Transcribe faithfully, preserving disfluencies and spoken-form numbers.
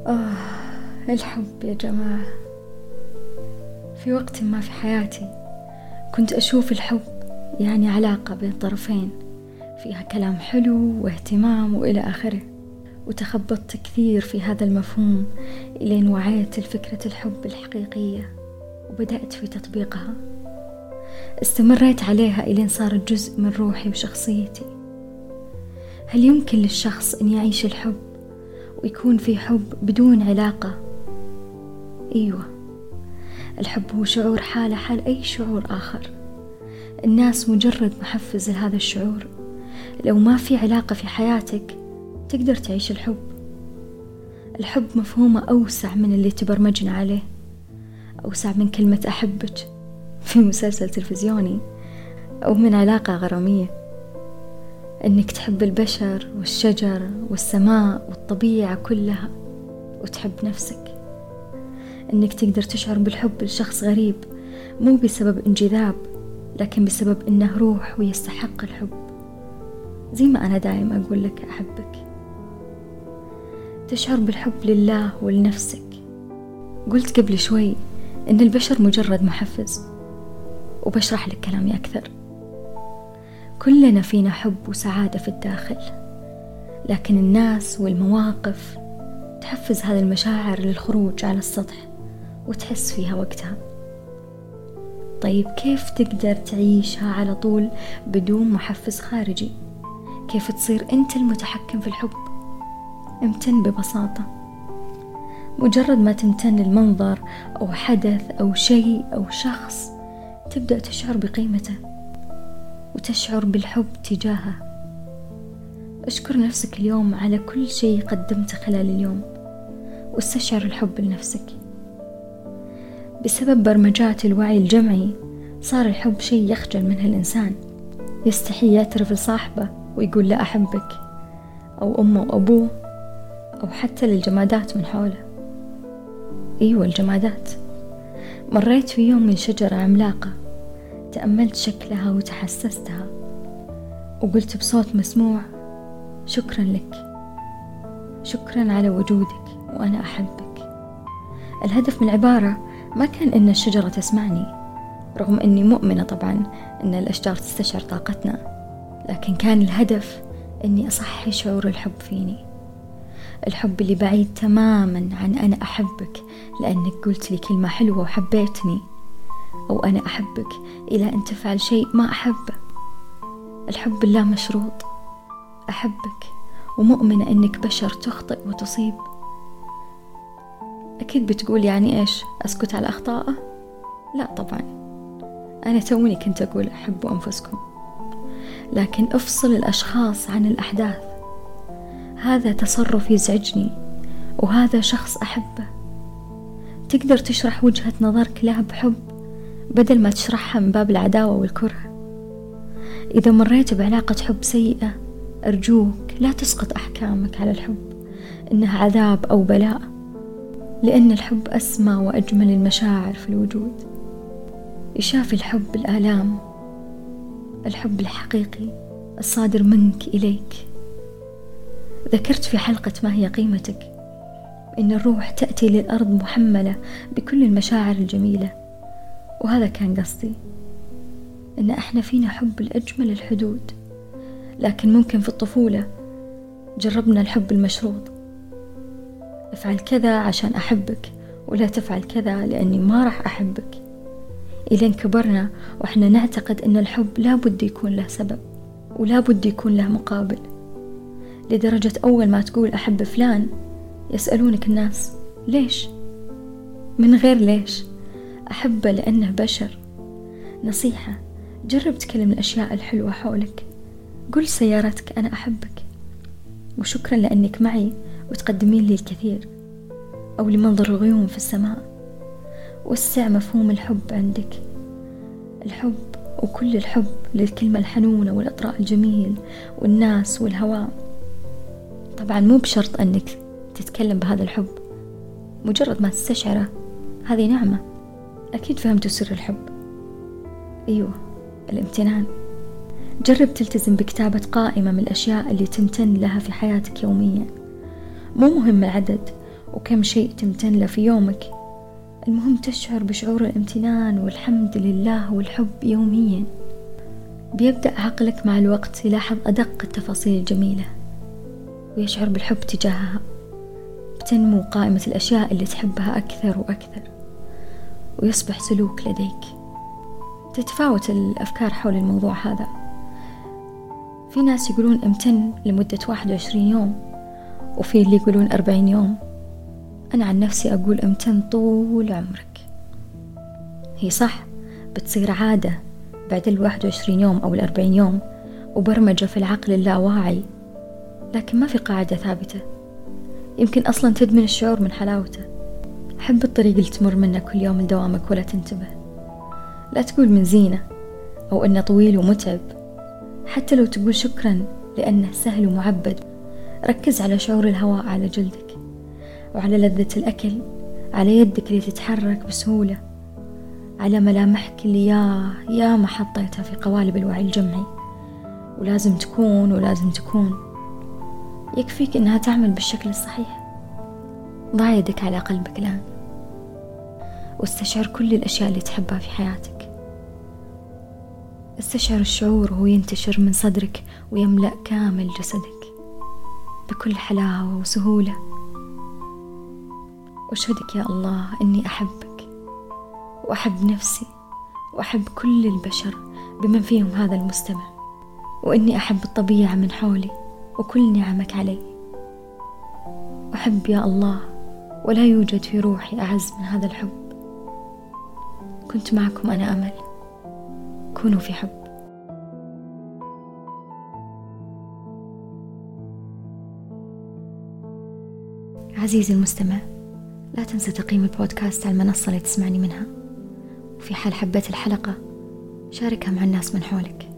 آه الحب يا جماعة. في وقت ما في حياتي كنت أشوف الحب يعني علاقة بين طرفين فيها كلام حلو واهتمام وإلى آخره، وتخبطت كثير في هذا المفهوم إلين وعيت لفكرة الحب الحقيقية وبدأت في تطبيقها. استمريت عليها إلين صارت جزء من روحي وشخصيتي. هل يمكن للشخص أن يعيش الحب ويكون في حب بدون علاقة؟ أيوة، الحب هو شعور حالة حال أي شعور آخر. الناس مجرد محفز لهذا الشعور. لو ما في علاقة في حياتك تقدر تعيش الحب. الحب مفهومه أوسع من اللي تبرمجنا عليه، أوسع من كلمة أحبك في مسلسل تلفزيوني أو من علاقة غرامية. إنك تحب البشر والشجر والسماء والطبيعة كلها وتحب نفسك. إنك تقدر تشعر بالحب لشخص غريب مو بسبب انجذاب، لكن بسبب إنه روح ويستحق الحب. زي ما أنا دائما أقول لك أحبك. تشعر بالحب لله ولنفسك. قلت قبل شوي إن البشر مجرد محفز، وبشرح لك كلامي أكثر. كلنا فينا حب وسعادة في الداخل، لكن الناس والمواقف تحفز هذه المشاعر للخروج على السطح وتحس فيها وقتها. طيب كيف تقدر تعيشها على طول بدون محفز خارجي؟ كيف تصير أنت المتحكم في الحب؟ امتن ببساطة. مجرد ما تمتن للمنظر أو حدث أو شيء أو شخص تبدأ تشعر بقيمته وتشعر بالحب تجاهه. اشكر نفسك اليوم على كل شيء قدمته خلال اليوم، واستشعر الحب لنفسك. بسبب برمجات الوعي الجمعي صار الحب شيء يخجل منه الإنسان. يستحي يعترف لصاحبه ويقول لا أحبك، أو أمه وأبوه، أو حتى للجمادات من حوله. أيوة الجمادات. مريت في يوم من شجرة عملاقة، تأملت شكلها وتحسستها وقلت بصوت مسموع شكرا لك، شكرا على وجودك وأنا أحبك. الهدف من العبارة ما كان إن الشجرة تسمعني، رغم أني مؤمنة طبعا أن الأشجار تستشعر طاقتنا، لكن كان الهدف أني أصحي شعور الحب فيني. الحب اللي بعيد تماما عن أنا أحبك لأنك قلت لي كلمة حلوة وحبيتني، أو أنا أحبك إلى أن تفعل شيء ما أحبه. الحب اللا مشروط. أحبك ومؤمنة أنك بشر تخطئ وتصيب. أكيد بتقول يعني إيش، أسكت على أخطائه؟ لا طبعا، أنا توني كنت أقول أحبوا أنفسكم، لكن أفصل الأشخاص عن الأحداث. هذا تصرف يزعجني وهذا شخص أحبه. تقدر تشرح وجهة نظرك له بحب بدل ما تشرحها من باب العداوة والكره. إذا مريت بعلاقة حب سيئة أرجوك لا تسقط أحكامك على الحب إنها عذاب أو بلاء، لأن الحب أسمى وأجمل المشاعر في الوجود. يشافي الحب الآلام، الحب الحقيقي الصادر منك إليك. ذكرت في حلقة ما هي قيمتك إن الروح تأتي للأرض محملة بكل المشاعر الجميلة، وهذا كان قصدي، إن إحنا فينا حب لأجمل الحدود، لكن ممكن في الطفولة جربنا الحب المشروط. افعل كذا عشان أحبك، ولا تفعل كذا لأني ما راح أحبك. إلين كبرنا وإحنا نعتقد إن الحب لا بد يكون له سبب ولا بد يكون له مقابل، لدرجة أول ما تقول أحب فلان يسألونك الناس ليش؟ من غير ليش. أحبه لأنه بشر. نصيحة، جرب تكلم الأشياء الحلوة حولك. قل سيارتك أنا أحبك، وشكرا لأنك معي وتقدمين لي الكثير، أو لمنظر الغيوم في السماء. وسع مفهوم الحب عندك. الحب وكل الحب للكلمة الحنونة والإطراء الجميل والناس والهواء. طبعا مو بشرط أنك تتكلم بهذا الحب، مجرد ما تستشعره هذه نعمة. أكيد فهمتوا سر الحب. أيوة، الامتنان. جرب تلتزم بكتابة قائمة من الأشياء اللي تمتن لها في حياتك يوميا. مو مهم العدد، وكم شيء تمتن له في يومك. المهم تشعر بشعور الامتنان والحمد لله والحب يوميا. بيبدأ عقلك مع الوقت يلاحظ أدق التفاصيل الجميلة ويشعر بالحب تجاهها. بتنمو قائمة الأشياء اللي تحبها أكثر وأكثر، ويصبح سلوك لديك. تتفاوت الأفكار حول الموضوع هذا. في ناس يقولون امتن لمدة واحد وعشرين يوم، وفي اللي يقولون أربعين يوم. أنا عن نفسي أقول امتن طول عمرك. هي صح بتصير عادة بعد الواحد وعشرين يوم أو الأربعين يوم، وبرمجة في العقل اللاواعي، لكن ما في قاعدة ثابتة. يمكن أصلا تدمن الشعور من حلاوته. حب الطريق اللي تمر منه كل يوم لدوامك ولا تنتبه. لا تقول من زينة أو إنه طويل ومتعب. حتى لو تقول شكرا لأنه سهل ومعبد. ركز على شعور الهواء على جلدك، وعلى لذة الأكل، على يدك اللي تتحرك بسهولة، على ملامحك اللي يا يا ما حطيتها في قوالب الوعي الجمعي ولازم تكون ولازم تكون. يكفيك إنها تعمل بالشكل الصحيح. ضع يدك على قلبك الآن واستشعر كل الأشياء اللي تحبها في حياتك. استشعر الشعور وهو ينتشر من صدرك ويملأ كامل جسدك بكل حلاوة وسهولة. أشهدك يا الله إني أحبك وأحب نفسي وأحب كل البشر بمن فيهم هذا المستمع، وإني أحب الطبيعة من حولي وكل نعمك علي. أحب يا الله ولا يوجد في روحي أعز من هذا الحب. كنت معكم أنا أمل. كونوا في حب. عزيزي المستمع، لا تنسى تقييم البودكاست على المنصة اللي تسمعني منها، وفي حال حبيت الحلقة شاركها مع الناس من حولك.